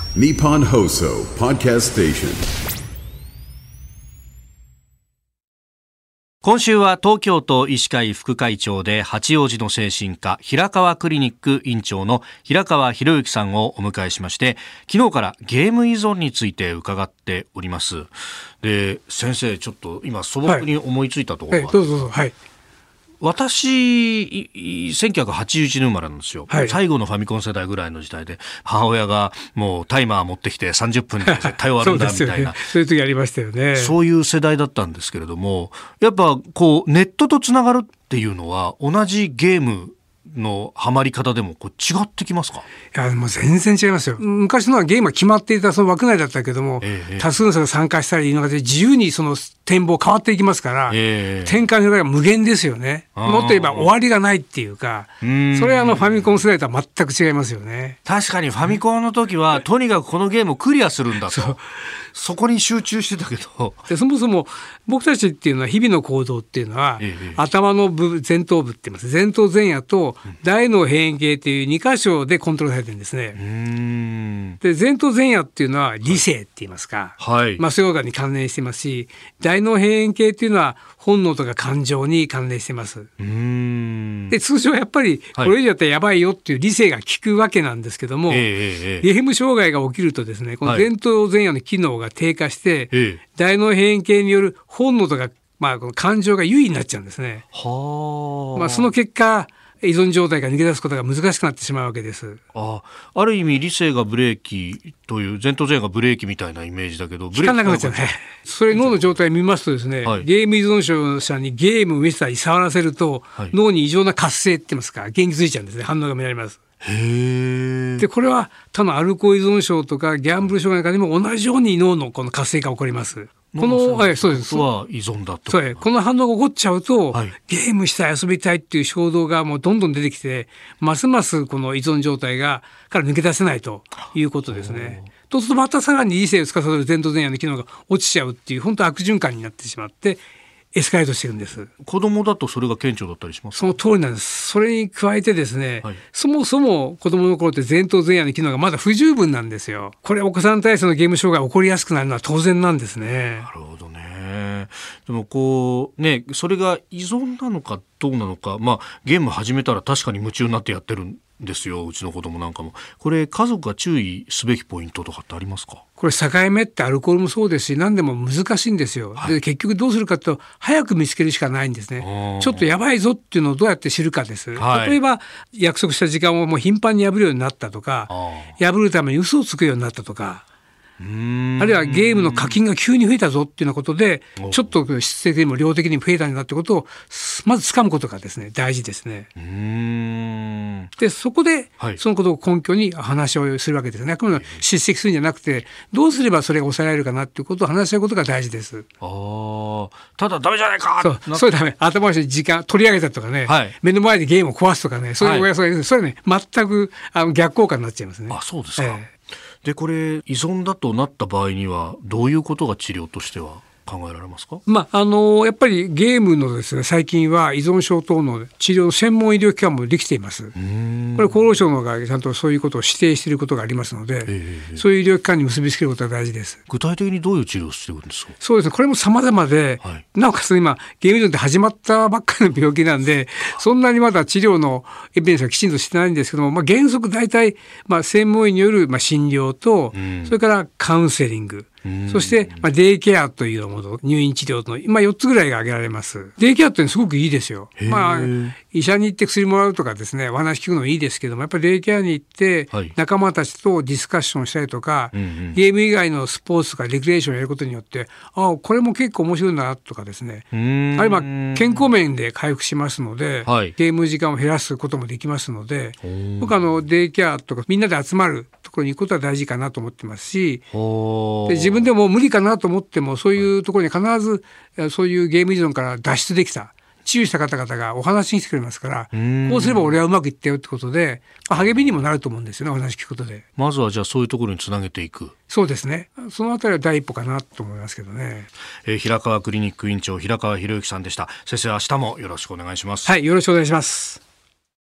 Nippon Hoso Podcast Station。 今週は東京都医師会副会長で八王子の精神科平川クリニック院長の平川博之さんをお迎えしまして、昨日からゲーム依存について伺っております。で、先生、ちょっと今素朴に思いついたところが、 どうぞどうぞ。 私1981年生まれなんですよ、最後のファミコン世代ぐらいの時代で、母親がもうタイマー持ってきて30分で絶対終わるんだみたいなそういう時ありましたよね。 そういう世代だったんですけれども、やっぱこうネットとつながるっていうのは同じゲームのハマり方でもこう違ってきますか？ いや、もう全然違いますよ。昔のはゲームは決まっていたその枠内だったけども、多数の人が参加したりいうのが自由にその展望変わっていきますから、展開の広がりが無限ですよね。もっと言えば終わりがないっていうか、それはファミコン世代とは全く違いますよね。 確かにファミコンの時はとにかくこのゲームをクリアするんだと、そこに集中してたけど、 でそもそも僕たちっていうのは日々の行動っていうのは、頭の前頭部って言います。前頭前野と大脳辺縁系っていう2箇所でコントロールされてるんですね。で、前頭前野っていうのは理性って言いますか、そういうことに関連してますし、大脳辺縁系っていうのは本能とか感情に関連してます。で、通常やっぱりこれ以上やったらやばいよっていう理性が効くわけなんですけども、ゲーム障害が起きるとですね、この前頭前野の機能が低下して、大脳辺縁系による本能とか、この感情が優位になっちゃうんですね。その結果依存状態が抜け出すことが難しくなってしまうわけです。 ある意味理性がブレーキという、前頭前野がブレーキみたいなイメージだけど、 効かなくなっちゃうね。それ脳の状態を見ますとですね、ゲーム依存症者にゲームを見せたり触らせると、脳に異常な活性って言いますか、元気づいちゃうんですね。反応が見られます。で、これは他のアルコール依存症とかギャンブル障害なんかにも同じように脳のこの活性化が起こります。このそうです。 は依存だと。 この反応が起こっちゃうと、ゲームしたい、遊びたいっていう衝動がもうどんどん出てきて、ますますこの依存状態から抜け出せないということですね。そうするとまたさらに理性を司る前頭前野の機能が落ちちゃうっていう本当悪循環になってしまってエスカレートしてるんです。 子供だとそれが顕著だったりしますか？ その通りなんです。それに加えてですね、そもそも子供の頃って前頭前野の機能がまだ不十分なんですよ。これお子さんに対してのゲーム障害が起こりやすくなるのは当然なんですね。 なるほどね。でもこうね、それが依存なのかどうなのか、ゲーム始めたら確かに夢中になってやってるんですよ、うちの子供なんかも。これ家族が注意すべきポイントとかってありますか？ これ境目ってアルコールもそうですし何でも難しいんですよ。で、結局どうするかというと早く見つけるしかないんですね。ちょっとやばいぞっていうのをどうやって知るかです。例えば約束した時間をもう頻繁に破るようになったとか、破るために嘘をつくようになったとか、あるいはゲームの課金が急に増えたぞっていうようなことでちょっと質的にも量的にも増えたんだってことをまず掴むことがですね大事ですね。でそこでそのことを根拠に話をするわけですね。叱責するんじゃなくてどうすればそれが抑えられるかなっていうことを話し合うことが大事です。 ただダメじゃないか。 そうダメ。頭の人に時間取り上げたとかね、目の前でゲームを壊すとかね、そういう親それね全く逆効果になっちゃいますね。 そうですか。でこれ依存だとなった場合にはどういうことが治療としては考えられますか？ やっぱりゲームのですね最近は依存症等の治療の専門医療機関もできています。これ厚労省のがちゃんとそういうことを指定していることがありますので、そういう医療機関に結びつけることが大事です。 具体的にどういう治療をしていくんですか？ そうですね、これも様々で、なおかつ今ゲーム依存って始まったばっかりの病気なんでそんなにまだ治療のエビデンスがきちんとしてないんですけども、原則大体、専門医による診療と、それからカウンセリング、そして、デイケアというもの、入院治療の、4つぐらいが挙げられます。デイケアってすごくいいですよ。医者に行って薬もらうとかですね、お話聞くのいいですけども、やっぱりデイケアに行って、仲間たちとディスカッションしたりとか、ゲーム以外のスポーツとかレクリエーションをやることによって、これも結構面白いなとかですね、あるいは健康面で回復しますので、ゲーム時間を減らすこともできますので、僕デイケアとかみんなで集まるところに行くことは大事かなと思ってますし、で自分でも無理かなと思ってもそういうところに必ずそういうゲーム依存から脱出できた治癒した方々がお話にしてくれますから、こうすれば俺はうまくいったよってことで、励みにもなると思うんですよね、お話聞くことで。 まずはじゃあそういうところにつなげていく。 そうですね、そのあたりは第一歩かなと思いますけどね。 平川クリニック院長平川博之さんでした。先生、明日もよろしくお願いします。 はい、よろしくお願いします。